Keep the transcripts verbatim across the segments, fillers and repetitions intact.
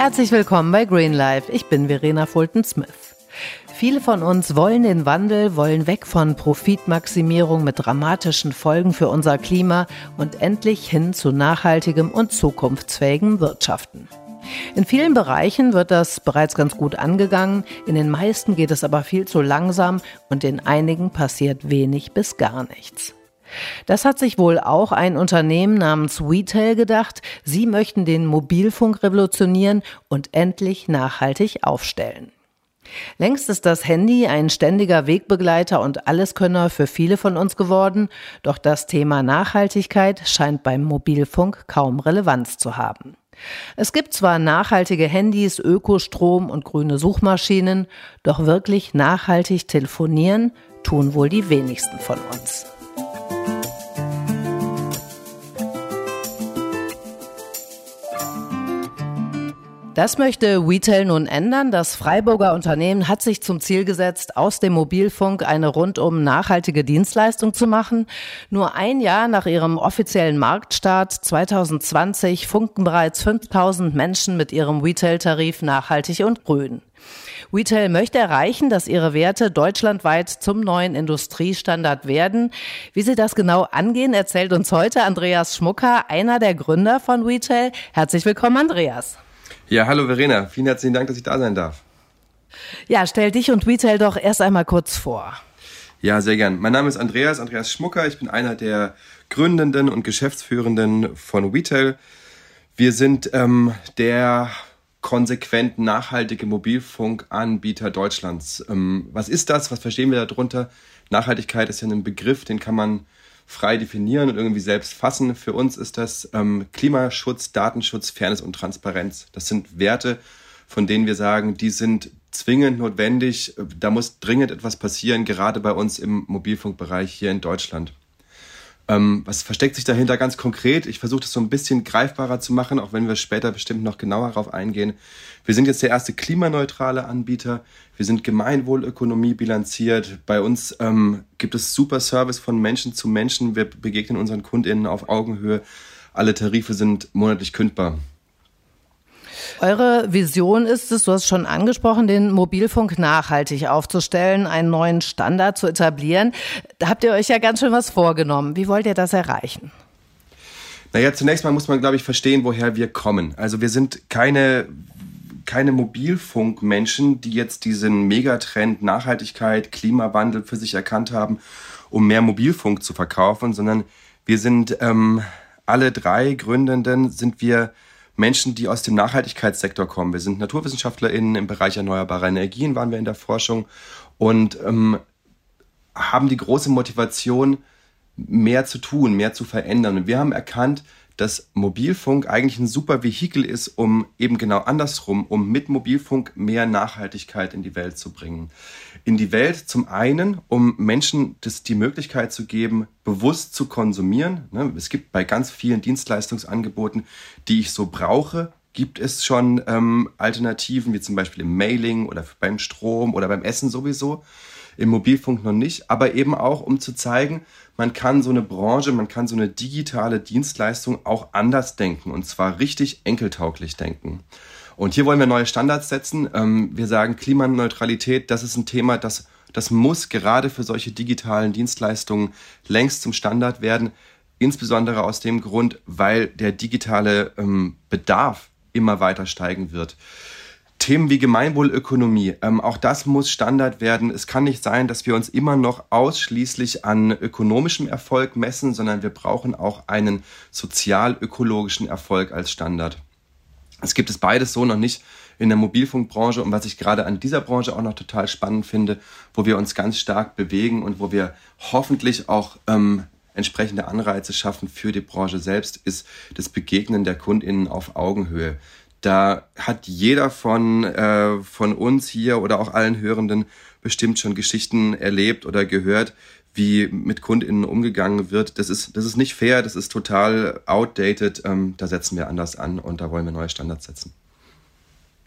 Herzlich willkommen bei Green Life. Ich bin Verena Fulton-Smith. Viele von uns wollen den Wandel, wollen weg von Profitmaximierung mit dramatischen Folgen für unser Klima und endlich hin zu nachhaltigem und zukunftsfähigem Wirtschaften. In vielen Bereichen wird das bereits ganz gut angegangen, in den meisten geht es aber viel zu langsam und in einigen passiert wenig bis gar nichts. Das hat sich wohl auch ein Unternehmen namens WeTel gedacht. Sie möchten den Mobilfunk revolutionieren und endlich nachhaltig aufstellen. Längst ist das Handy ein ständiger Wegbegleiter und Alleskönner für viele von uns geworden, doch das Thema Nachhaltigkeit scheint beim Mobilfunk kaum Relevanz zu haben. Es gibt zwar nachhaltige Handys, Ökostrom und grüne Suchmaschinen, doch wirklich nachhaltig telefonieren tun wohl die wenigsten von uns. Das möchte WeTel nun ändern. Das Freiburger Unternehmen hat sich zum Ziel gesetzt, aus dem Mobilfunk eine rundum nachhaltige Dienstleistung zu machen. Nur ein Jahr nach ihrem offiziellen Marktstart zwanzig zwanzig funken bereits fünftausend Menschen mit ihrem WeTel-Tarif nachhaltig und grün. WeTel möchte erreichen, dass ihre Werte deutschlandweit zum neuen Industriestandard werden. Wie sie das genau angehen, erzählt uns heute Andreas Schmucker, einer der Gründer von WeTel. Herzlich willkommen, Andreas. Ja, hallo Verena, vielen herzlichen Dank, dass ich da sein darf. Ja, stell dich und WeTel doch erst einmal kurz vor. Ja, sehr gern. Mein Name ist Andreas, Andreas Schmucker. Ich bin einer der Gründenden und Geschäftsführenden von WeTel. Wir sind ähm, der konsequent nachhaltige Mobilfunkanbieter Deutschlands. Ähm, was ist das? Was verstehen wir darunter? Nachhaltigkeit ist ja ein Begriff, den kann man frei definieren und irgendwie selbst fassen. Für uns ist das ähm, Klimaschutz, Datenschutz, Fairness und Transparenz. Das sind Werte, von denen wir sagen, die sind zwingend notwendig. Da muss dringend etwas passieren, gerade bei uns im Mobilfunkbereich hier in Deutschland. Ähm, was versteckt sich dahinter ganz konkret? Ich versuche das so ein bisschen greifbarer zu machen, auch wenn wir später bestimmt noch genauer darauf eingehen. Wir sind jetzt der erste klimaneutrale Anbieter. Wir sind Gemeinwohlökonomie bilanziert. Bei uns ähm, gibt es super Service von Menschen zu Menschen. Wir begegnen unseren KundInnen auf Augenhöhe. Alle Tarife sind monatlich kündbar. Eure Vision ist es, du hast schon angesprochen, den Mobilfunk nachhaltig aufzustellen, einen neuen Standard zu etablieren. Da habt ihr euch ja ganz schön was vorgenommen. Wie wollt ihr das erreichen? Naja, zunächst mal muss man, glaube ich, verstehen, woher wir kommen. Also wir sind keine, keine Mobilfunkmenschen, die jetzt diesen Megatrend Nachhaltigkeit, Klimawandel für sich erkannt haben, um mehr Mobilfunk zu verkaufen, sondern wir sind ähm, alle drei Gründenden, sind wir Menschen, die aus dem Nachhaltigkeitssektor kommen. Wir sind NaturwissenschaftlerInnen im Bereich erneuerbarer Energien, waren wir in der Forschung und ähm, haben die große Motivation, mehr zu tun, mehr zu verändern. Und wir haben erkannt, dass Mobilfunk eigentlich ein super Vehikel ist, um eben genau andersrum, um mit Mobilfunk mehr Nachhaltigkeit in die Welt zu bringen. In die Welt zum einen, um Menschen das, die Möglichkeit zu geben, bewusst zu konsumieren. Es gibt bei ganz vielen Dienstleistungsangeboten, die ich so brauche, gibt es schon ähm, Alternativen, wie zum Beispiel im Mailing oder beim Strom oder beim Essen sowieso. Im Mobilfunk noch nicht, aber eben auch, um zu zeigen, man kann so eine Branche, man kann so eine digitale Dienstleistung auch anders denken und zwar richtig enkeltauglich denken. Und hier wollen wir neue Standards setzen. Wir sagen, Klimaneutralität, das ist ein Thema, das, das muss gerade für solche digitalen Dienstleistungen längst zum Standard werden, insbesondere aus dem Grund, weil der digitale ähm, Bedarf immer weiter steigen wird. Themen wie Gemeinwohlökonomie, ähm, auch das muss Standard werden. Es kann nicht sein, dass wir uns immer noch ausschließlich an ökonomischem Erfolg messen, sondern wir brauchen auch einen sozial-ökologischen Erfolg als Standard. Es gibt es beides so noch nicht in der Mobilfunkbranche und was ich gerade an dieser Branche auch noch total spannend finde, wo wir uns ganz stark bewegen und wo wir hoffentlich auch ähm, entsprechende Anreize schaffen für die Branche selbst, ist das Begegnen der KundInnen auf Augenhöhe. Da hat jeder von, äh, von uns hier oder auch allen Hörenden bestimmt schon Geschichten erlebt oder gehört, wie mit KundInnen umgegangen wird. Das ist, das ist nicht fair, das ist total outdated. Ähm, da setzen wir anders an und da wollen wir neue Standards setzen.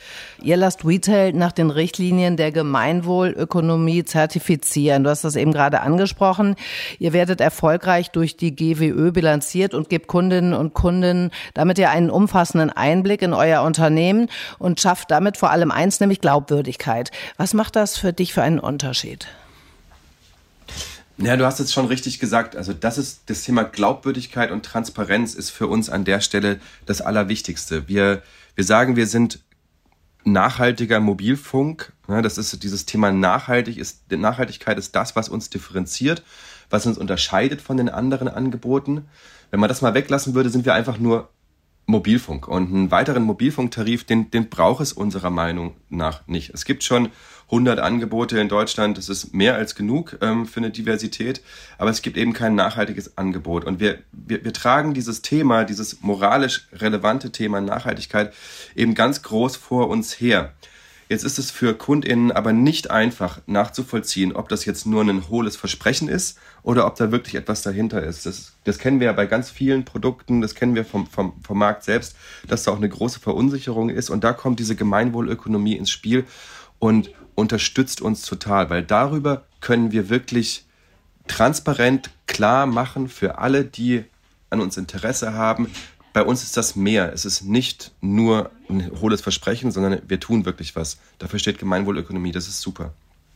Ihr lasst Retail nach den Richtlinien der Gemeinwohlökonomie zertifizieren. Du hast das eben gerade angesprochen. Ihr werdet erfolgreich durch die G W Ö bilanziert und gebt Kundinnen und Kunden damit ja einen umfassenden Einblick in euer Unternehmen und schafft damit vor allem eins, nämlich Glaubwürdigkeit. Was macht das für dich für einen Unterschied? Ja, du hast es schon richtig gesagt. Also das ist das Thema Glaubwürdigkeit und Transparenz ist für uns an der Stelle das Allerwichtigste. Wir, wir sagen, wir sind nachhaltiger Mobilfunk. Das ist dieses Thema nachhaltig ist, Nachhaltigkeit ist das, was uns differenziert, was uns unterscheidet von den anderen Angeboten. Wenn man das mal weglassen würde, sind wir einfach nur Mobilfunk. Und einen weiteren Mobilfunktarif, den, den braucht es unserer Meinung nach nicht. Es gibt schon hundert Angebote in Deutschland. Das ist mehr als genug ähm, für eine Diversität. Aber es gibt eben kein nachhaltiges Angebot. Und wir, wir, wir tragen dieses Thema, dieses moralisch relevante Thema Nachhaltigkeit eben ganz groß vor uns her. Jetzt ist es für KundInnen aber nicht einfach nachzuvollziehen, ob das jetzt nur ein hohles Versprechen ist oder ob da wirklich etwas dahinter ist. Das, das kennen wir ja bei ganz vielen Produkten, das kennen wir vom, vom, vom Markt selbst, dass da auch eine große Verunsicherung ist. Und da kommt diese Gemeinwohlökonomie ins Spiel und unterstützt uns total, weil darüber können wir wirklich transparent klar machen für alle, die an uns Interesse haben. Bei uns ist das mehr. Es ist nicht nur ein hohles Versprechen, sondern wir tun wirklich was. Dafür steht Gemeinwohlökonomie. Das ist super.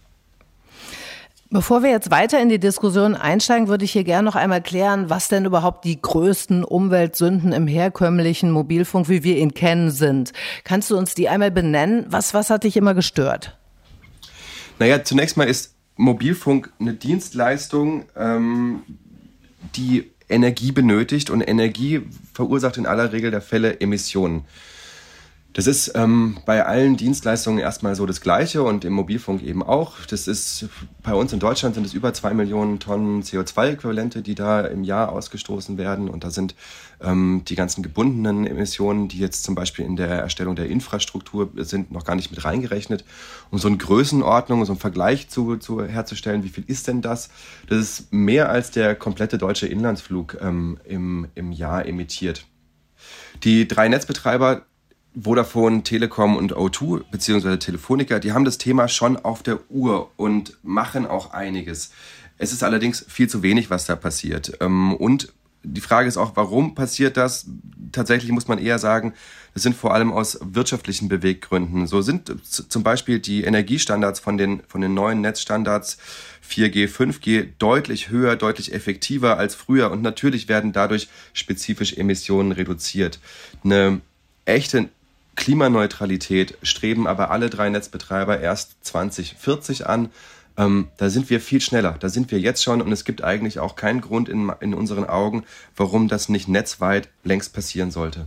Bevor wir jetzt weiter in die Diskussion einsteigen, würde ich hier gerne noch einmal klären, was denn überhaupt die größten Umweltsünden im herkömmlichen Mobilfunk, wie wir ihn kennen, sind. Kannst du uns die einmal benennen? Was, was hat dich immer gestört? Naja, zunächst mal ist Mobilfunk eine Dienstleistung, ähm, die Energie benötigt und Energie verursacht in aller Regel der Fälle Emissionen. Das ist ähm, bei allen Dienstleistungen erstmal so das Gleiche und im Mobilfunk eben auch. Das ist bei uns in Deutschland sind es über zwei Millionen Tonnen C O zwei Äquivalente, die da im Jahr ausgestoßen werden. Und da sind ähm, die ganzen gebundenen Emissionen, die jetzt zum Beispiel in der Erstellung der Infrastruktur sind, noch gar nicht mit reingerechnet. Um so eine Größenordnung, so einen Vergleich zu, zu herzustellen, wie viel ist denn das? Das ist mehr als der komplette deutsche Inlandsflug ähm, im, im Jahr emittiert. Die drei Netzbetreiber Vodafone, Telekom und O zwei beziehungsweise Telefonica, die haben das Thema schon auf der Uhr und machen auch einiges. Es ist allerdings viel zu wenig, was da passiert. Und die Frage ist auch, warum passiert das? Tatsächlich muss man eher sagen, das sind vor allem aus wirtschaftlichen Beweggründen. So sind zum Beispiel die Energiestandards von den, von den neuen Netzstandards vier G, fünf G deutlich höher, deutlich effektiver als früher. Und natürlich werden dadurch spezifisch Emissionen reduziert. Eine echte Klimaneutralität streben aber alle drei Netzbetreiber erst zwanzig vierzig an. Ähm, da sind wir viel schneller. Da sind wir jetzt schon und es gibt eigentlich auch keinen Grund in, in unseren Augen, warum das nicht netzweit längst passieren sollte.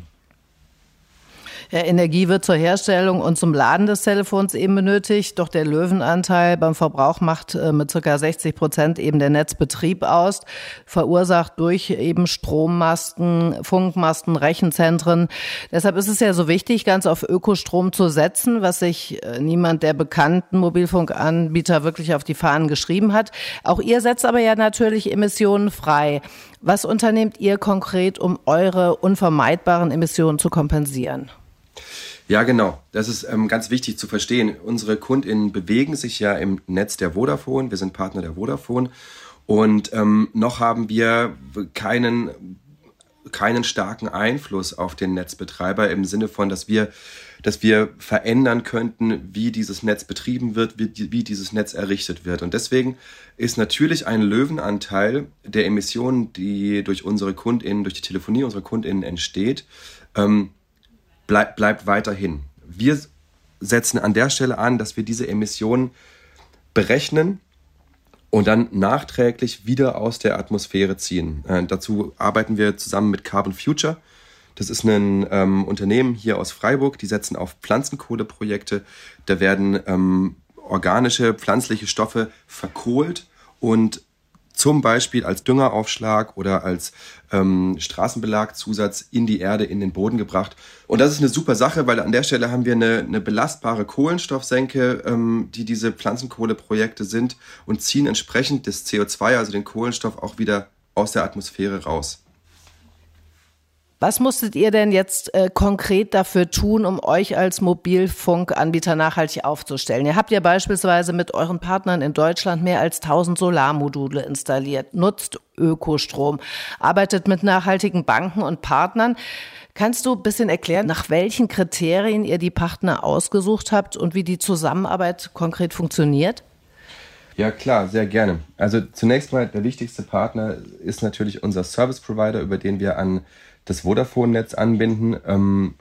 Ja, Energie wird zur Herstellung und zum Laden des Telefons eben benötigt, doch der Löwenanteil beim Verbrauch macht äh, mit ca. sechzig Prozent eben der Netzbetrieb aus, verursacht durch eben Strommasten, Funkmasten, Rechenzentren. Deshalb ist es ja so wichtig, ganz auf Ökostrom zu setzen, was sich äh, niemand der bekannten Mobilfunkanbieter wirklich auf die Fahnen geschrieben hat. Auch ihr setzt aber ja natürlich Emissionen frei. Was unternehmt ihr konkret, um eure unvermeidbaren Emissionen zu kompensieren? Ja, genau. Das ist ähm, ganz wichtig zu verstehen. Unsere KundInnen bewegen sich ja im Netz der Vodafone. Wir sind Partner der Vodafone. Und ähm, noch haben wir keinen, keinen starken Einfluss auf den Netzbetreiber im Sinne von, dass wir, dass wir verändern könnten, wie dieses Netz betrieben wird, wie, wie dieses Netz errichtet wird. Und deswegen ist natürlich ein Löwenanteil der Emissionen, die durch unsere KundInnen, durch die Telefonie unserer KundInnen entsteht, ähm, Bleib, bleibt weiterhin. Wir setzen an der Stelle an, dass wir diese Emissionen berechnen und dann nachträglich wieder aus der Atmosphäre ziehen. Äh, dazu arbeiten wir zusammen mit Carbon Future. Das ist ein ähm, Unternehmen hier aus Freiburg, die setzen auf Pflanzenkohleprojekte. Da werden ähm, organische, pflanzliche Stoffe verkohlt und zum Beispiel als Düngeraufschlag oder als ähm, Straßenbelagzusatz in die Erde, in den Boden gebracht. Und das ist eine super Sache, weil an der Stelle haben wir eine, eine belastbare Kohlenstoffsenke, ähm, die diese Pflanzenkohleprojekte sind und ziehen entsprechend das C O zwei, also den Kohlenstoff, auch wieder aus der Atmosphäre raus. Was musstet ihr denn jetzt äh, konkret dafür tun, um euch als Mobilfunkanbieter nachhaltig aufzustellen? Ihr habt ja beispielsweise mit euren Partnern in Deutschland mehr als tausend Solarmodule installiert, nutzt Ökostrom, arbeitet mit nachhaltigen Banken und Partnern. Kannst du ein bisschen erklären, nach welchen Kriterien ihr die Partner ausgesucht habt und wie die Zusammenarbeit konkret funktioniert? Ja klar, sehr gerne. Also zunächst mal, der wichtigste Partner ist natürlich unser Service Provider, über den wir an das Vodafone-Netz anbinden. Ähm,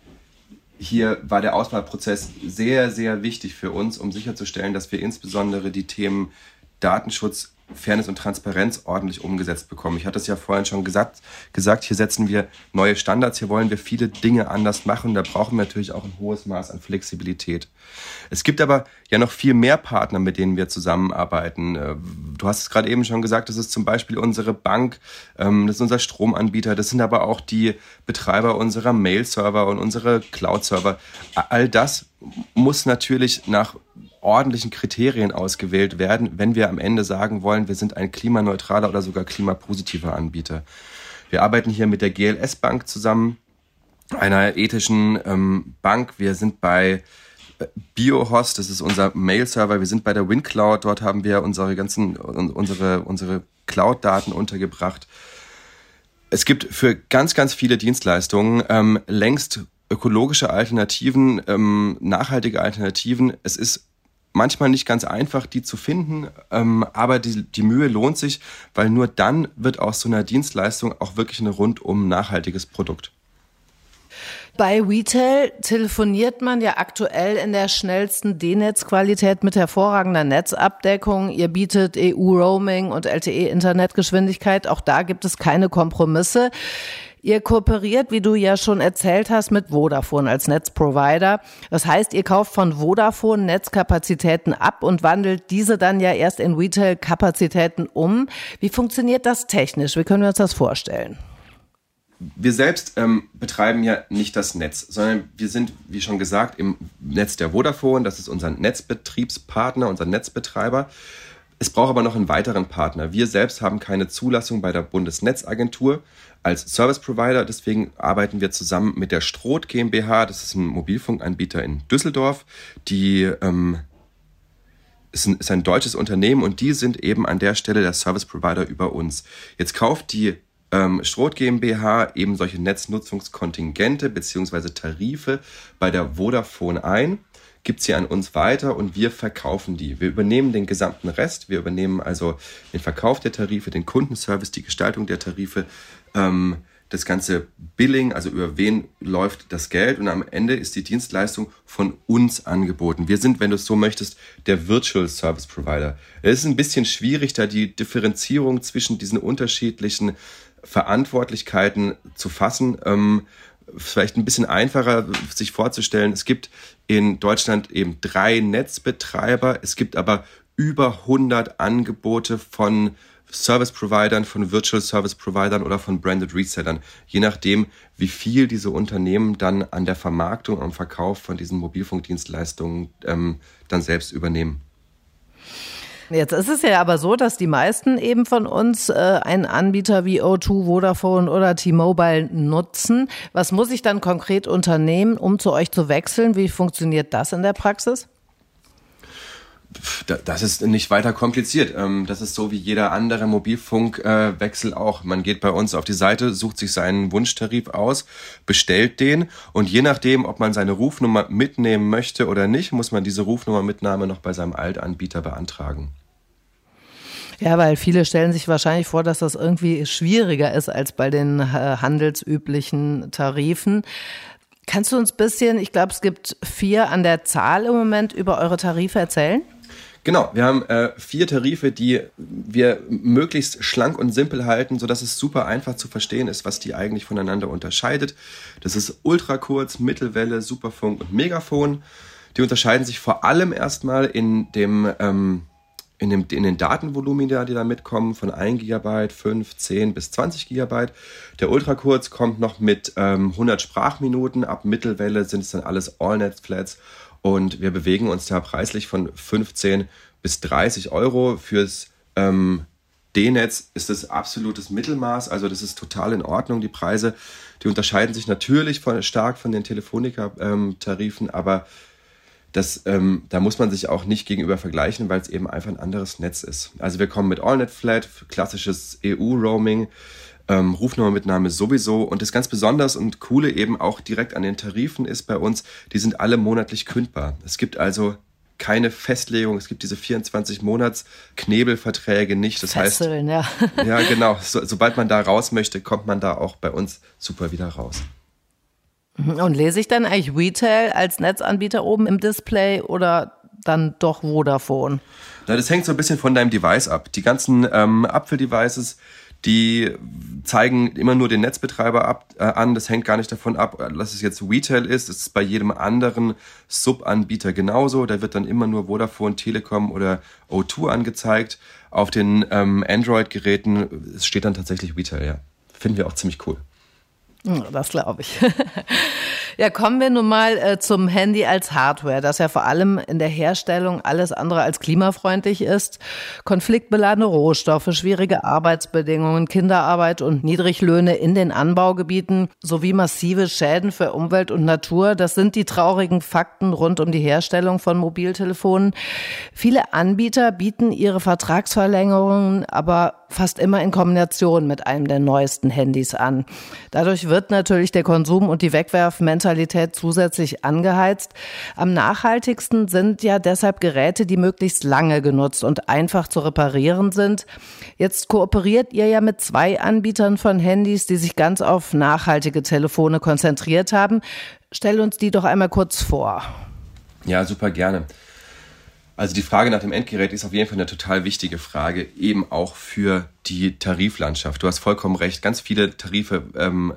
hier war der Auswahlprozess sehr, sehr wichtig für uns, um sicherzustellen, dass wir insbesondere die Themen Datenschutz, Fairness und Transparenz ordentlich umgesetzt bekommen. Ich hatte es ja vorhin schon gesagt, gesagt, hier setzen wir neue Standards, hier wollen wir viele Dinge anders machen. Da brauchen wir natürlich auch ein hohes Maß an Flexibilität. Es gibt aber ja noch viel mehr Partner, mit denen wir zusammenarbeiten. Du hast es gerade eben schon gesagt, das ist zum Beispiel unsere Bank, das ist unser Stromanbieter, das sind aber auch die Betreiber unserer Mail-Server und unsere Cloud-Server. All das muss natürlich nach ordentlichen Kriterien ausgewählt werden, wenn wir am Ende sagen wollen, wir sind ein klimaneutraler oder sogar klimapositiver Anbieter. Wir arbeiten hier mit der G L S Bank zusammen, einer ethischen ähm, Bank. Wir sind bei BioHost, das ist unser Mail-Server. Wir sind bei der WinCloud, dort haben wir unsere ganzen unsere unsere Cloud-Daten untergebracht. Es gibt für ganz, ganz viele Dienstleistungen ähm, längst ökologische Alternativen, ähm, nachhaltige Alternativen. Es ist manchmal nicht ganz einfach, die zu finden, ähm, aber die, die Mühe lohnt sich, weil nur dann wird aus so einer Dienstleistung auch wirklich ein rundum nachhaltiges Produkt. Bei Retail telefoniert man ja aktuell in der schnellsten D-Netz-Qualität mit hervorragender Netzabdeckung. Ihr bietet E U-Roaming und L T E-Internetgeschwindigkeit. Auch da gibt es keine Kompromisse. Ihr kooperiert, wie du ja schon erzählt hast, mit Vodafone als Netzprovider. Das heißt, ihr kauft von Vodafone Netzkapazitäten ab und wandelt diese dann ja erst in Retail-Kapazitäten um. Wie funktioniert das technisch? Wie können wir uns das vorstellen? Wir selbst ähm, betreiben ja nicht das Netz, sondern wir sind, wie schon gesagt, im Netz der Vodafone. Das ist unser Netzbetriebspartner, unser Netzbetreiber. Es braucht aber noch einen weiteren Partner. Wir selbst haben keine Zulassung bei der Bundesnetzagentur als Service Provider. Deswegen arbeiten wir zusammen mit der Stroth GmbH. Das ist ein Mobilfunkanbieter in Düsseldorf. Die ähm, ist, ein, ist ein deutsches Unternehmen und die sind eben an der Stelle der Service Provider über uns. Jetzt kauft die ähm, Stroth GmbH eben solche Netznutzungskontingente bzw. Tarife bei der Vodafone ein, gibt sie an uns weiter und wir verkaufen die. Wir übernehmen den gesamten Rest. Wir übernehmen also den Verkauf der Tarife, den Kundenservice, die Gestaltung der Tarife, ähm, das ganze Billing, also über wen läuft das Geld und am Ende ist die Dienstleistung von uns angeboten. Wir sind, wenn du es so möchtest, der Virtual Service Provider. Es ist ein bisschen schwierig, da die Differenzierung zwischen diesen unterschiedlichen Verantwortlichkeiten zu fassen. Ähm, vielleicht ein bisschen einfacher sich vorzustellen. Es gibt in Deutschland eben drei Netzbetreiber. Es gibt aber über hundert Angebote von Service-Providern, von Virtual Service-Providern oder von Branded Resellern. Je nachdem, wie viel diese Unternehmen dann an der Vermarktung, am Verkauf von diesen Mobilfunkdienstleistungen ähm, dann selbst übernehmen. Jetzt ist es ja aber so, dass die meisten eben von uns äh, einen Anbieter wie O zwei, Vodafone oder T-Mobile nutzen. Was muss ich dann konkret unternehmen, um zu euch zu wechseln? Wie funktioniert das in der Praxis? Das ist nicht weiter kompliziert. Das ist so wie jeder andere Mobilfunkwechsel auch. Man geht bei uns auf die Seite, sucht sich seinen Wunschtarif aus, bestellt den und je nachdem, ob man seine Rufnummer mitnehmen möchte oder nicht, muss man diese Rufnummermitnahme noch bei seinem Altanbieter beantragen. Ja, weil viele stellen sich wahrscheinlich vor, dass das irgendwie schwieriger ist als bei den äh, handelsüblichen Tarifen. Kannst du uns ein bisschen, ich glaube, es gibt vier an der Zahl im Moment, über eure Tarife erzählen? Genau, wir haben äh, vier Tarife, die wir möglichst schlank und simpel halten, sodass es super einfach zu verstehen ist, was die eigentlich voneinander unterscheidet. Das ist Ultrakurz, Mittelwelle, Superfunk und Megafon. Die unterscheiden sich vor allem erstmal in dem ähm, In, dem, in den Datenvolumina, die da mitkommen, von ein Gigabyte, fünf, zehn bis zwanzig Gigabyte. Der Ultrakurz kommt noch mit ähm, hundert Sprachminuten. Ab Mittelwelle sind es dann alles Allnet-Flats. Und wir bewegen uns da preislich von fünfzehn bis dreißig Euro fürs ähm, D-Netz ist das absolutes Mittelmaß, also das ist total in Ordnung, die Preise. Die unterscheiden sich natürlich von, stark von den Telefonica-Tarifen, aber das, ähm, da muss man sich auch nicht gegenüber vergleichen, weil es eben einfach ein anderes Netz ist. Also wir kommen mit AllNet Flat, klassisches E U-Roaming, ähm, Rufnummer mit Name sowieso. Und das ganz besonders und Coole eben auch direkt an den Tarifen ist bei uns, die sind alle monatlich kündbar. Es gibt also keine Festlegung, es gibt diese vierundzwanzig-Monats-Knebelverträge nicht. Das Fesseln, heißt, ja. ja genau, so, sobald man da raus möchte, kommt man da auch bei uns super wieder raus. Und lese ich dann eigentlich Retail als Netzanbieter oben im Display oder dann doch Vodafone? Na, das hängt so ein bisschen von deinem Device ab. Die ganzen ähm, Apfel-Devices, die zeigen immer nur den Netzbetreiber ab, äh, an. Das hängt gar nicht davon ab, dass es jetzt Retail ist. Das ist bei jedem anderen Subanbieter genauso. Da wird dann immer nur Vodafone, Telekom oder O zwei angezeigt. Auf den ähm, Android-Geräten steht dann tatsächlich Retail, ja. Finden wir auch ziemlich cool. Das glaube ich. Ja, kommen wir nun mal äh, zum Handy als Hardware, das ja vor allem in der Herstellung alles andere als klimafreundlich ist. Konfliktbeladene Rohstoffe, schwierige Arbeitsbedingungen, Kinderarbeit und Niedriglöhne in den Anbaugebieten sowie massive Schäden für Umwelt und Natur. Das sind die traurigen Fakten rund um die Herstellung von Mobiltelefonen. Viele Anbieter bieten ihre Vertragsverlängerungen aber fast immer in Kombination mit einem der neuesten Handys an. Dadurch wird natürlich der Konsum und die Wegwerfmentalität zusätzlich angeheizt. Am nachhaltigsten sind ja deshalb Geräte, die möglichst lange genutzt und einfach zu reparieren sind. Jetzt kooperiert ihr ja mit zwei Anbietern von Handys, die sich ganz auf nachhaltige Telefone konzentriert haben. Stell uns die doch einmal kurz vor. Ja, super gerne. Also die Frage nach dem Endgerät ist auf jeden Fall eine total wichtige Frage, eben auch für die Tariflandschaft. Du hast vollkommen recht, ganz viele Tarife ähm,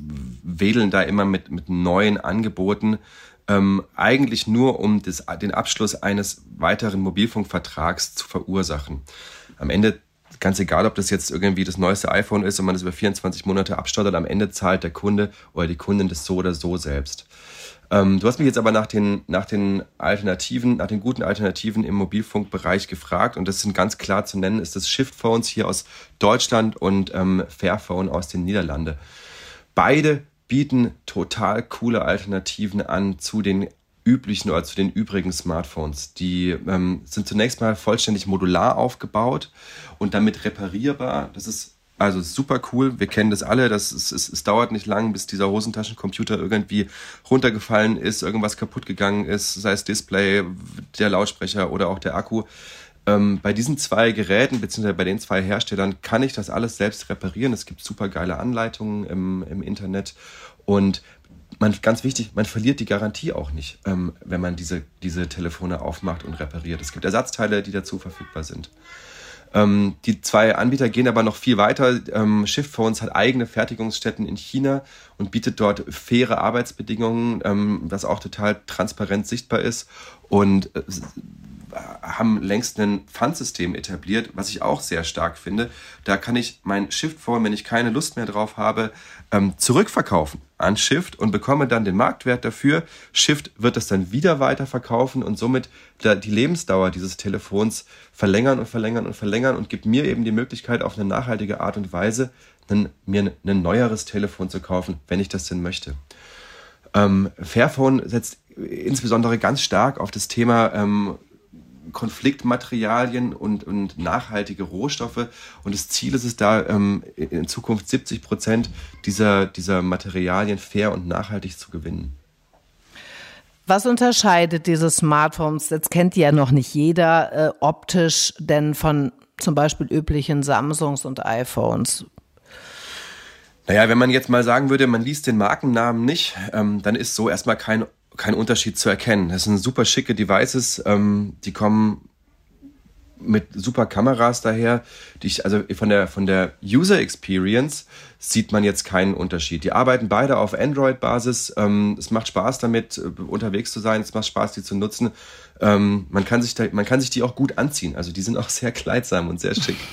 wedeln da immer mit, mit neuen Angeboten, ähm, eigentlich nur um das, den Abschluss eines weiteren Mobilfunkvertrags zu verursachen. Am Ende, ganz egal, ob das jetzt irgendwie das neueste iPhone ist und man das über vierundzwanzig Monate abstottert, am Ende zahlt der Kunde oder die Kundin das so oder so selbst. Ähm, du hast mich jetzt aber nach den, nach den Alternativen, nach den guten Alternativen im Mobilfunkbereich gefragt und das sind ganz klar zu nennen, ist das Shift-Phones hier aus Deutschland und ähm, Fairphone aus den Niederlanden. Beide bieten total coole Alternativen an zu den üblichen oder zu den übrigen Smartphones. Die ähm, sind zunächst mal vollständig modular aufgebaut und damit reparierbar. Das ist also super cool, wir kennen das alle, das ist, es, es dauert nicht lang, bis dieser Hosentaschencomputer irgendwie runtergefallen ist, irgendwas kaputt gegangen ist, sei es Display, der Lautsprecher oder auch der Akku. Ähm, bei diesen zwei Geräten, beziehungsweise bei den zwei Herstellern, kann ich das alles selbst reparieren. Es gibt super geile Anleitungen im, im Internet und man, ganz wichtig, man verliert die Garantie auch nicht, ähm, wenn man diese, diese Telefone aufmacht und repariert. Es gibt Ersatzteile, die dazu verfügbar sind. Ähm, die zwei Anbieter gehen aber noch viel weiter. Ähm, Shift-Phones hat eigene Fertigungsstätten in China und bietet dort faire Arbeitsbedingungen, ähm, was auch total transparent sichtbar ist und äh, haben längst ein Pfandsystem etabliert, was ich auch sehr stark finde. Da kann ich mein Shift-Phone, wenn ich keine Lust mehr drauf habe, ähm, zurückverkaufen an Shift und bekomme dann den Marktwert dafür. Shift wird das dann wieder weiterverkaufen und somit die Lebensdauer dieses Telefons verlängern und verlängern und verlängern und gibt mir eben die Möglichkeit, auf eine nachhaltige Art und Weise einen, mir ein neueres Telefon zu kaufen, wenn ich das denn möchte. Ähm, Fairphone setzt insbesondere ganz stark auf das Thema ähm, Konfliktmaterialien und, und nachhaltige Rohstoffe. Und das Ziel ist es da, ähm, in Zukunft siebzig Prozent dieser, dieser Materialien fair und nachhaltig zu gewinnen. Was unterscheidet diese Smartphones, jetzt kennt die ja noch nicht jeder, äh, optisch denn von zum Beispiel üblichen Samsungs und iPhones? Naja, wenn man jetzt mal sagen würde, man liest den Markennamen nicht, ähm, dann ist so erstmal kein kein Unterschied zu erkennen. Das sind super schicke Devices, ähm, die kommen mit super Kameras daher. Die ich, also von der, von der User Experience sieht man jetzt keinen Unterschied. Die arbeiten beide auf Android-Basis. Ähm, es macht Spaß damit, unterwegs zu sein. Es macht Spaß, die zu nutzen. Ähm, man kann sich da, man kann sich die auch gut anziehen. Also die sind auch sehr kleidsam und sehr schick.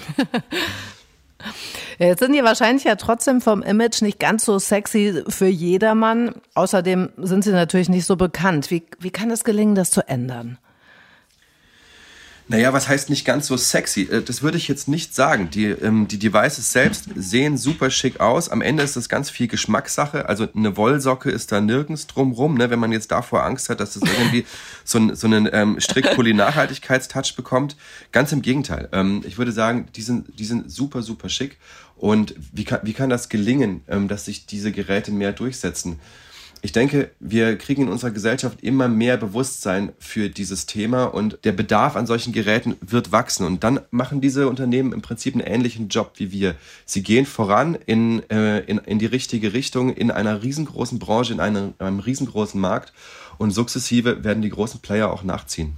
Jetzt sind die wahrscheinlich ja trotzdem vom Image nicht ganz so sexy für jedermann. Außerdem sind sie natürlich nicht so bekannt. Wie, wie kann es gelingen, das zu ändern? Naja, was heißt nicht ganz so sexy? Das würde ich jetzt nicht sagen. Die, ähm, die Devices selbst sehen super schick aus. Am Ende ist das ganz viel Geschmackssache. Also eine Wollsocke ist da nirgends drumrum, ne? Wenn man jetzt davor Angst hat, dass das irgendwie so, ein, so einen ähm, Strickpulli-Nachhaltigkeitstouch bekommt. Ganz im Gegenteil. Ähm, ich würde sagen, die sind, die sind super, super schick. Und wie kann, wie kann das gelingen, ähm, dass sich diese Geräte mehr durchsetzen? Ich denke, wir kriegen in unserer Gesellschaft immer mehr Bewusstsein für dieses Thema und der Bedarf an solchen Geräten wird wachsen. Und dann machen diese Unternehmen im Prinzip einen ähnlichen Job wie wir. Sie gehen voran in, äh, in, in die richtige Richtung, in einer riesengroßen Branche, in einem, einem riesengroßen Markt. Und sukzessive werden die großen Player auch nachziehen.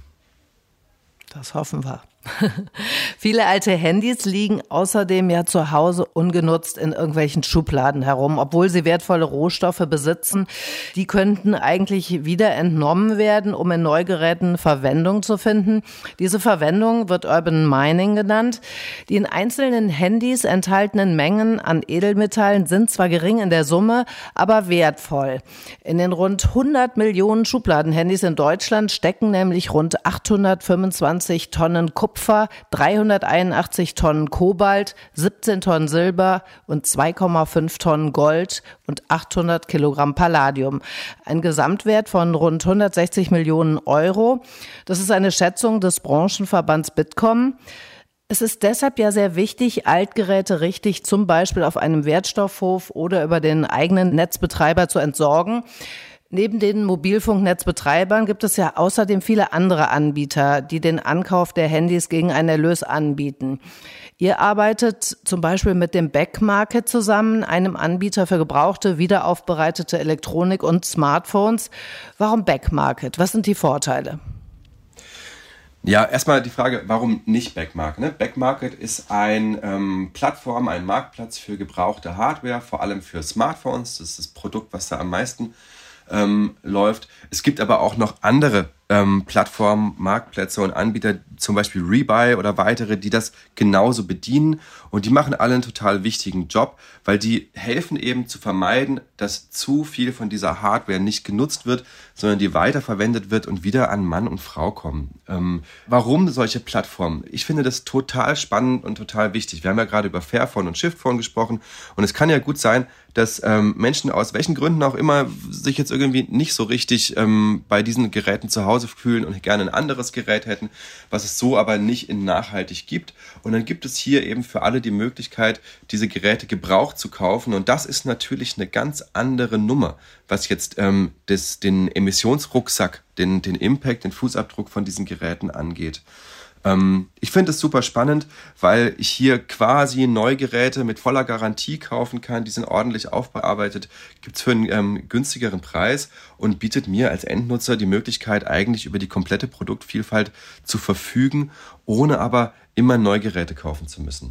Das hoffen wir. Viele alte Handys liegen außerdem ja zu Hause ungenutzt in irgendwelchen Schubladen herum, obwohl sie wertvolle Rohstoffe besitzen. Die könnten eigentlich wieder entnommen werden, um in Neugeräten Verwendung zu finden. Diese Verwendung wird Urban Mining genannt. Die in einzelnen Handys enthaltenen Mengen an Edelmetallen sind zwar gering in der Summe, aber wertvoll. In den rund hundert Millionen Schubladenhandys in Deutschland stecken nämlich rund achthundertfünfundzwanzig Tonnen Kupfer, dreihunderteinundachtzig Tonnen Kobalt, siebzehn Tonnen Silber und zwei Komma fünf Tonnen Gold und achthundert Kilogramm Palladium. Ein Gesamtwert von rund hundertsechzig Millionen Euro. Das ist eine Schätzung des Branchenverbands Bitkom. Es ist deshalb ja sehr wichtig, Altgeräte richtig zum Beispiel auf einem Wertstoffhof oder über den eigenen Netzbetreiber zu entsorgen. Neben den Mobilfunknetzbetreibern gibt es ja außerdem viele andere Anbieter, die den Ankauf der Handys gegen einen Erlös anbieten. Ihr arbeitet zum Beispiel mit dem Back Market zusammen, einem Anbieter für gebrauchte, wiederaufbereitete Elektronik und Smartphones. Warum Back Market? Was sind die Vorteile? Ja, erstmal die Frage, warum nicht Back Market? Ne? Back Market ist ein ähm, Plattform, ein Marktplatz für gebrauchte Hardware, vor allem für Smartphones. Das ist das Produkt, was da am meisten Ähm, läuft. Es gibt aber auch noch andere ähm, Plattformen, Marktplätze und Anbieter, zum Beispiel Rebuy oder weitere, die das genauso bedienen und die machen alle einen total wichtigen Job, weil die helfen eben zu vermeiden, dass zu viel von dieser Hardware nicht genutzt wird, sondern die weiterverwendet wird und wieder an Mann und Frau kommen. Ähm, warum solche Plattformen? Ich finde das total spannend und total wichtig. Wir haben ja gerade über Fairphone und Shiftphone gesprochen und es kann ja gut sein, dass ähm, Menschen aus welchen Gründen auch immer sich jetzt irgendwie nicht so richtig ähm, bei diesen Geräten zu Hause fühlen und gerne ein anderes Gerät hätten, was es so aber nicht in nachhaltig gibt. Und dann gibt es hier eben für alle die Möglichkeit, diese Geräte gebraucht zu kaufen. Und das ist natürlich eine ganz andere Nummer, was jetzt ähm, das, den Emissionsrucksack, den, den Impact, den Fußabdruck von diesen Geräten angeht. Ich finde es super spannend, weil ich hier quasi Neugeräte mit voller Garantie kaufen kann. Die sind ordentlich aufbearbeitet, gibt es für einen ähm, günstigeren Preis und bietet mir als Endnutzer die Möglichkeit, eigentlich über die komplette Produktvielfalt zu verfügen, ohne aber immer Neugeräte kaufen zu müssen.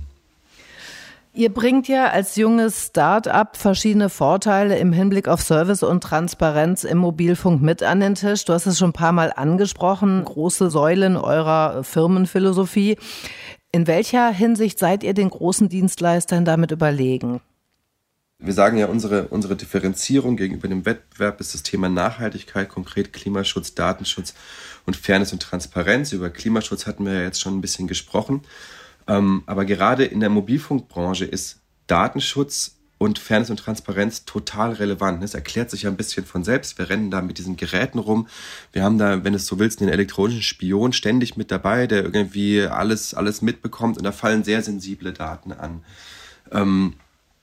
Ihr bringt ja als junges Start-up verschiedene Vorteile im Hinblick auf Service und Transparenz im Mobilfunk mit an den Tisch. Du hast es schon ein paar Mal angesprochen, große Säulen eurer Firmenphilosophie. In welcher Hinsicht seid ihr den großen Dienstleistern damit überlegen? Wir sagen ja, unsere, unsere Differenzierung gegenüber dem Wettbewerb ist das Thema Nachhaltigkeit, konkret Klimaschutz, Datenschutz und Fairness und Transparenz. Über Klimaschutz hatten wir ja jetzt schon ein bisschen gesprochen. Ähm, aber gerade in der Mobilfunkbranche ist Datenschutz und Fairness und Transparenz total relevant. Es erklärt sich ja ein bisschen von selbst. Wir rennen da mit diesen Geräten rum. Wir haben da, wenn du es so willst, einen elektronischen Spion ständig mit dabei, der irgendwie alles, alles mitbekommt und da fallen sehr sensible Daten an. Ähm,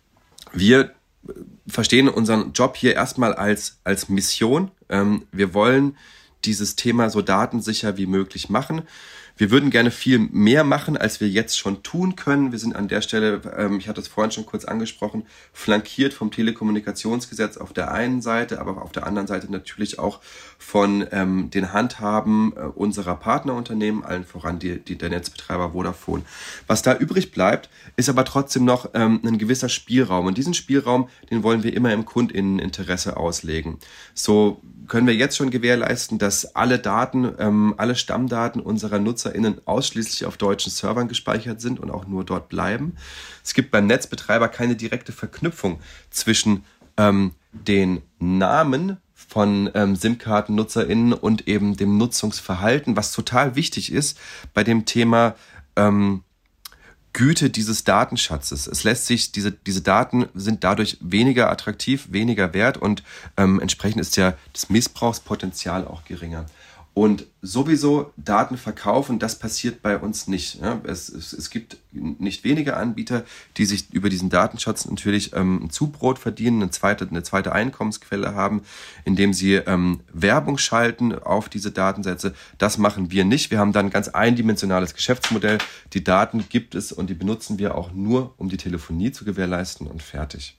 wir verstehen unseren Job hier erstmal als, als Mission. Ähm, wir wollen dieses Thema so datensicher wie möglich machen. Wir würden gerne viel mehr machen, als wir jetzt schon tun können. Wir sind an der Stelle, ähm, ich hatte es vorhin schon kurz angesprochen, flankiert vom Telekommunikationsgesetz auf der einen Seite, aber auf der anderen Seite natürlich auch von ähm, den Handhaben äh, unserer Partnerunternehmen, allen voran die, die, der Netzbetreiber Vodafone. Was da übrig bleibt, ist aber trotzdem noch ähm, ein gewisser Spielraum. Und diesen Spielraum, den wollen wir immer im Kundinneninteresse auslegen. So können wir jetzt schon gewährleisten, dass alle Daten, ähm, alle Stammdaten unserer NutzerInnen ausschließlich auf deutschen Servern gespeichert sind und auch nur dort bleiben. Es gibt beim Netzbetreiber keine direkte Verknüpfung zwischen ähm, den Namen von ähm, SIM-Karten-NutzerInnen und eben dem Nutzungsverhalten, was total wichtig ist bei dem Thema ähm, Güte dieses Datenschatzes. Es lässt sich, diese, diese Daten sind dadurch weniger attraktiv, weniger wert und ähm, entsprechend ist ja das Missbrauchspotenzial auch geringer. Und sowieso Daten verkaufen, das passiert bei uns nicht. Ja, es, es, es gibt nicht wenige Anbieter, die sich über diesen Datenschatz natürlich ähm, ein Zubrot verdienen, eine zweite, eine zweite Einkommensquelle haben, indem sie ähm, Werbung schalten auf diese Datensätze. Das machen wir nicht. Wir haben dann ein ganz eindimensionales Geschäftsmodell. Die Daten gibt es und die benutzen wir auch nur, um die Telefonie zu gewährleisten und fertig.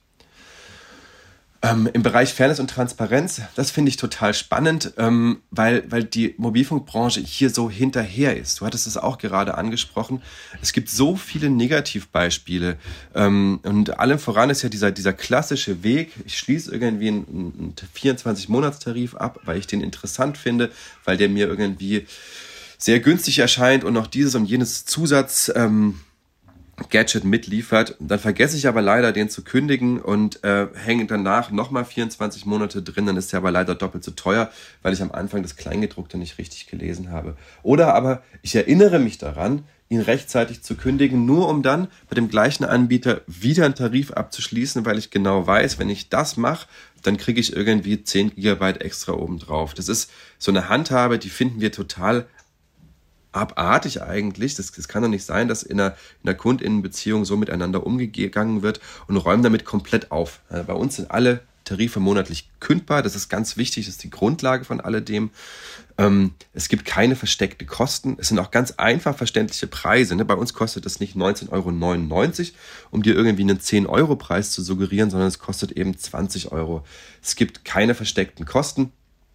Ähm, Im Bereich Fairness und Transparenz, das finde ich total spannend, ähm, weil, weil die Mobilfunkbranche hier so hinterher ist. Du hattest es auch gerade angesprochen. Es gibt so viele Negativbeispiele ähm, und allem voran ist ja dieser, dieser klassische Weg. Ich schließe irgendwie einen, einen vierundzwanzig-Monats-Tarif ab, weil ich den interessant finde, weil der mir irgendwie sehr günstig erscheint und noch dieses und jenes Zusatz ähm, Gadget mitliefert, dann vergesse ich aber leider, den zu kündigen und äh, hänge danach nochmal vierundzwanzig Monate drin, dann ist der aber leider doppelt so teuer, weil ich am Anfang das Kleingedruckte nicht richtig gelesen habe. Oder aber ich erinnere mich daran, ihn rechtzeitig zu kündigen, nur um dann bei dem gleichen Anbieter wieder einen Tarif abzuschließen, weil ich genau weiß, wenn ich das mache, dann kriege ich irgendwie zehn Gigabyte extra obendrauf. Das ist so eine Handhabe, die finden wir total abartig eigentlich. Das, das kann doch nicht sein, dass in einer, in einer KundInnenbeziehung so miteinander umgegangen wird und räumen damit komplett auf. Also bei uns sind alle Tarife monatlich kündbar. Das ist ganz wichtig. Das ist die Grundlage von alledem. Ähm, es gibt keine versteckte Kosten. Es sind auch ganz einfach verständliche Preise. Ne? Bei uns kostet es nicht neunzehn Euro neunundneunzig, um dir irgendwie einen zehn-Euro-Preis zu suggerieren, sondern es kostet eben zwanzig Euro. Es gibt keine versteckten Kosten.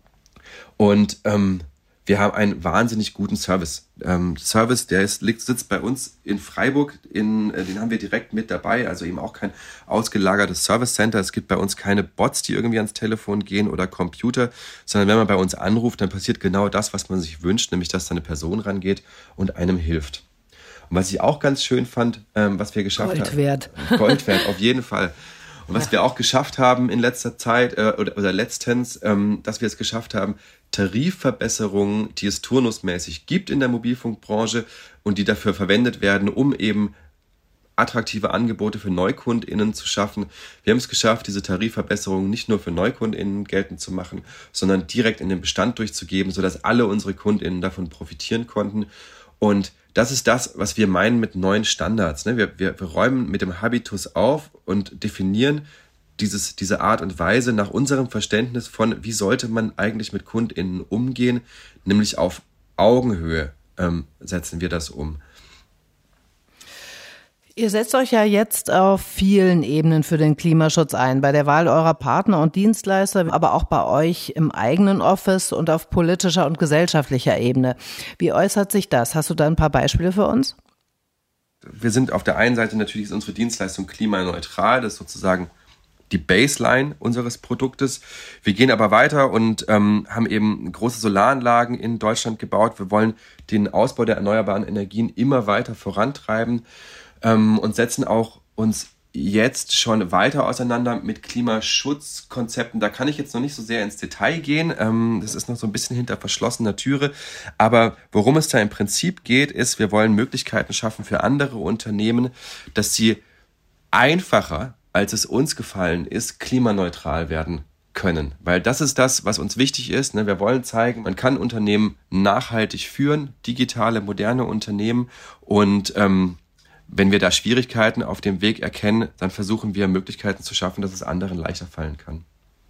Und ähm, wir haben einen wahnsinnig guten Service. Ähm, Service, der ist, liegt, sitzt bei uns in Freiburg, in, äh, den haben wir direkt mit dabei, also eben auch kein ausgelagertes Service Center. Es gibt bei uns keine Bots, die irgendwie ans Telefon gehen oder Computer, sondern wenn man bei uns anruft, dann passiert genau das, was man sich wünscht, nämlich dass da eine Person rangeht und einem hilft. Und was ich auch ganz schön fand, ähm, was wir geschafft Gold wert. haben. Gold wert, auf jeden Fall. Und was ja. wir auch geschafft haben in letzter Zeit äh, oder, oder letztens, ähm, dass wir es geschafft haben, Tarifverbesserungen, die es turnusmäßig gibt in der Mobilfunkbranche und die dafür verwendet werden, um eben attraktive Angebote für NeukundInnen zu schaffen. Wir haben es geschafft, diese Tarifverbesserungen nicht nur für NeukundInnen geltend zu machen, sondern direkt in den Bestand durchzugeben, sodass alle unsere KundInnen davon profitieren konnten. Und das ist das, was wir meinen mit neuen Standards. Wir, wir, wir räumen mit dem Habitus auf und definieren dieses, diese Art und Weise nach unserem Verständnis von, wie sollte man eigentlich mit KundInnen umgehen, nämlich auf Augenhöhe ähm, setzen wir das um. Ihr setzt euch ja jetzt auf vielen Ebenen für den Klimaschutz ein, bei der Wahl eurer Partner und Dienstleister, aber auch bei euch im eigenen Office und auf politischer und gesellschaftlicher Ebene. Wie äußert sich das? Hast du da ein paar Beispiele für uns? Wir sind auf der einen Seite natürlich ist unsere Dienstleistung klimaneutral, das ist sozusagen die Baseline unseres Produktes. Wir gehen aber weiter und ähm, haben eben große Solaranlagen in Deutschland gebaut. Wir wollen den Ausbau der erneuerbaren Energien immer weiter vorantreiben ähm, und setzen auch uns jetzt schon weiter auseinander mit Klimaschutzkonzepten. Da kann ich jetzt noch nicht so sehr ins Detail gehen. Ähm, das ist noch so ein bisschen hinter verschlossener Türe. Aber worum es da im Prinzip geht, ist, wir wollen Möglichkeiten schaffen für andere Unternehmen, dass sie einfacher als es uns gefallen ist, klimaneutral werden können. Weil das ist das, was uns wichtig ist. Wir wollen zeigen, man kann Unternehmen nachhaltig führen, digitale, moderne Unternehmen. Und ähm, wenn wir da Schwierigkeiten auf dem Weg erkennen, dann versuchen wir Möglichkeiten zu schaffen, dass es anderen leichter fallen kann.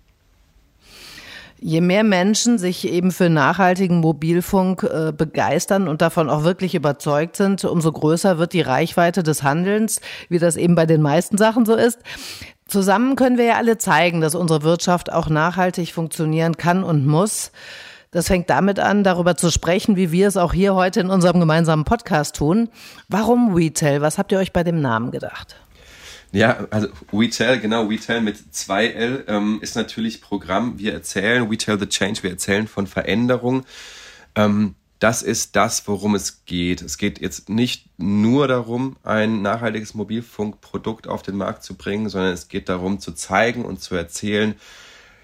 Je mehr Menschen sich eben für nachhaltigen Mobilfunk äh, begeistern und davon auch wirklich überzeugt sind, umso größer wird die Reichweite des Handelns, wie das eben bei den meisten Sachen so ist. Zusammen können wir ja alle zeigen, dass unsere Wirtschaft auch nachhaltig funktionieren kann und muss. Das fängt damit an, darüber zu sprechen, wie wir es auch hier heute in unserem gemeinsamen Podcast tun. Warum WeTel? Was habt ihr euch bei dem Namen gedacht? Ja, also WeTel, genau, WeTel mit zwei L ähm, ist natürlich Programm. Wir erzählen, WeTel the Change, wir erzählen von Veränderung. Ähm, das ist das, worum es geht. Es geht jetzt nicht nur darum, ein nachhaltiges Mobilfunkprodukt auf den Markt zu bringen, sondern es geht darum, zu zeigen und zu erzählen,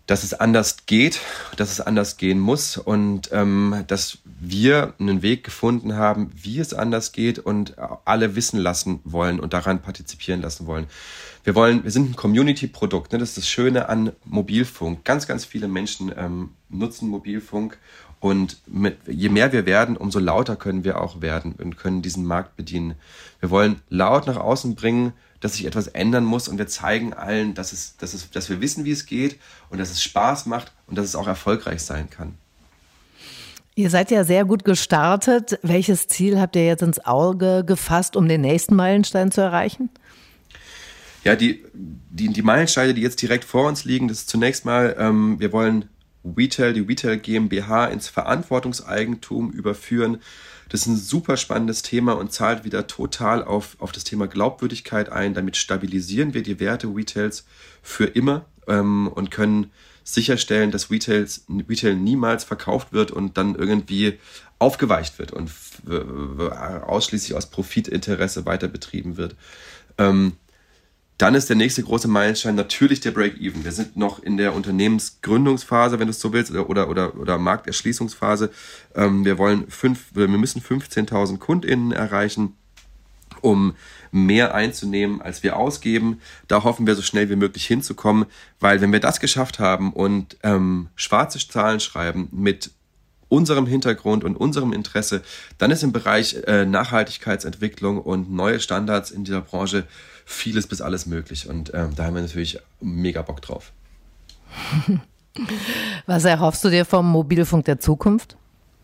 dass es anders geht, dass es anders gehen muss und ähm, dass wir einen Weg gefunden haben, wie es anders geht und alle wissen lassen wollen und daran partizipieren lassen wollen. Wir wollen, wir sind ein Community-Produkt, ne? Das ist das Schöne an Mobilfunk. Ganz, ganz viele Menschen ähm, nutzen Mobilfunk und mit, je mehr wir werden, umso lauter können wir auch werden und können diesen Markt bedienen. Wir wollen laut nach außen bringen, dass sich etwas ändern muss und wir zeigen allen, dass es, dass es, dass wir wissen, wie es geht und dass es Spaß macht und dass es auch erfolgreich sein kann. Ihr seid ja sehr gut gestartet. Welches Ziel habt ihr jetzt ins Auge gefasst, um den nächsten Meilenstein zu erreichen? Ja, die, die, die Meilensteine, die jetzt direkt vor uns liegen, das ist zunächst mal, ähm, wir wollen Wetail, die Wetail GmbH ins Verantwortungseigentum überführen. Das ist ein super spannendes Thema und zahlt wieder total auf, auf das Thema Glaubwürdigkeit ein. Damit stabilisieren wir die Werte Wetails für immer ähm, und können sicherstellen, dass Wetails, Wetail niemals verkauft wird und dann irgendwie aufgeweicht wird und f- ausschließlich aus Profitinteresse weiter betrieben wird. Ähm, Dann ist der nächste große Meilenstein natürlich der Break-Even. Wir sind noch in der Unternehmensgründungsphase, wenn du es so willst, oder, oder, oder Markterschließungsphase. Ähm, wir wollen fünf, wir müssen fünfzehntausend KundInnen erreichen, um mehr einzunehmen, als wir ausgeben. Da hoffen wir so schnell wie möglich hinzukommen, weil wenn wir das geschafft haben und ähm, schwarze Zahlen schreiben mit unserem Hintergrund und unserem Interesse, dann ist im Bereich äh, Nachhaltigkeitsentwicklung und neue Standards in dieser Branche vieles bis alles möglich. Und ähm, da haben wir natürlich mega Bock drauf. Was erhoffst du dir vom Mobilfunk der Zukunft?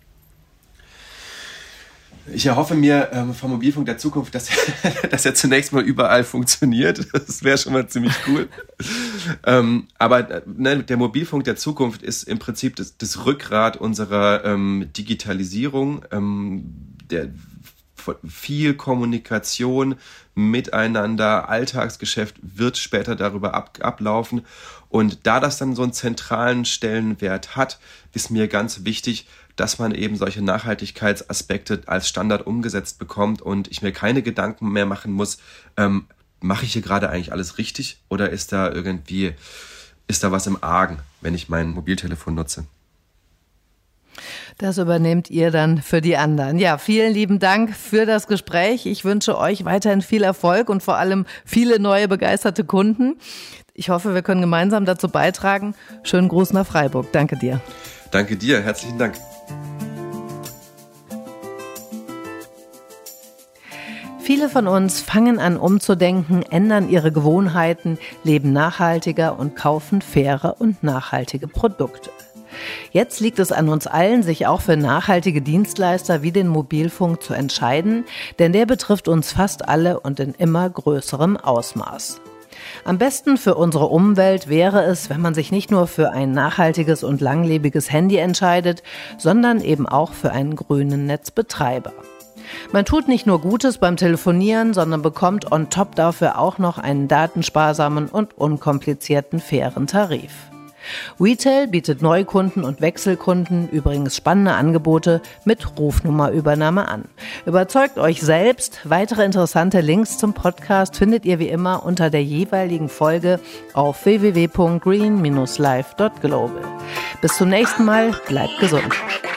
Ich erhoffe mir ähm, vom Mobilfunk der Zukunft, dass, dass er zunächst mal überall funktioniert. Das wäre schon mal ziemlich cool. ähm, aber ne, der Mobilfunk der Zukunft ist im Prinzip das, das Rückgrat unserer ähm, Digitalisierung, ähm, der viel Kommunikation miteinander, Alltagsgeschäft wird später darüber ab, ablaufen. Und da das dann so einen zentralen Stellenwert hat, ist mir ganz wichtig, dass man eben solche Nachhaltigkeitsaspekte als Standard umgesetzt bekommt und ich mir keine Gedanken mehr machen muss, ähm, mache ich hier gerade eigentlich alles richtig oder ist da irgendwie, ist da was im Argen, wenn ich mein Mobiltelefon nutze? Das übernehmt ihr dann für die anderen. Ja, vielen lieben Dank für das Gespräch. Ich wünsche euch weiterhin viel Erfolg und vor allem viele neue begeisterte Kunden. Ich hoffe, wir können gemeinsam dazu beitragen. Schönen Gruß nach Freiburg. Danke dir. Danke dir. Herzlichen Dank. Viele von uns fangen an umzudenken, ändern ihre Gewohnheiten, leben nachhaltiger und kaufen faire und nachhaltige Produkte. Jetzt liegt es an uns allen, sich auch für nachhaltige Dienstleister wie den Mobilfunk zu entscheiden, denn der betrifft uns fast alle und in immer größerem Ausmaß. Am besten für unsere Umwelt wäre es, wenn man sich nicht nur für ein nachhaltiges und langlebiges Handy entscheidet, sondern eben auch für einen grünen Netzbetreiber. Man tut nicht nur Gutes beim Telefonieren, sondern bekommt on top dafür auch noch einen datensparsamen und unkomplizierten fairen Tarif. Wetail bietet Neukunden und Wechselkunden übrigens spannende Angebote mit Rufnummerübernahme an. Überzeugt euch selbst. Weitere interessante Links zum Podcast findet ihr wie immer unter der jeweiligen Folge auf w w w punkt green dash life punkt global. Bis zum nächsten Mal, bleibt gesund.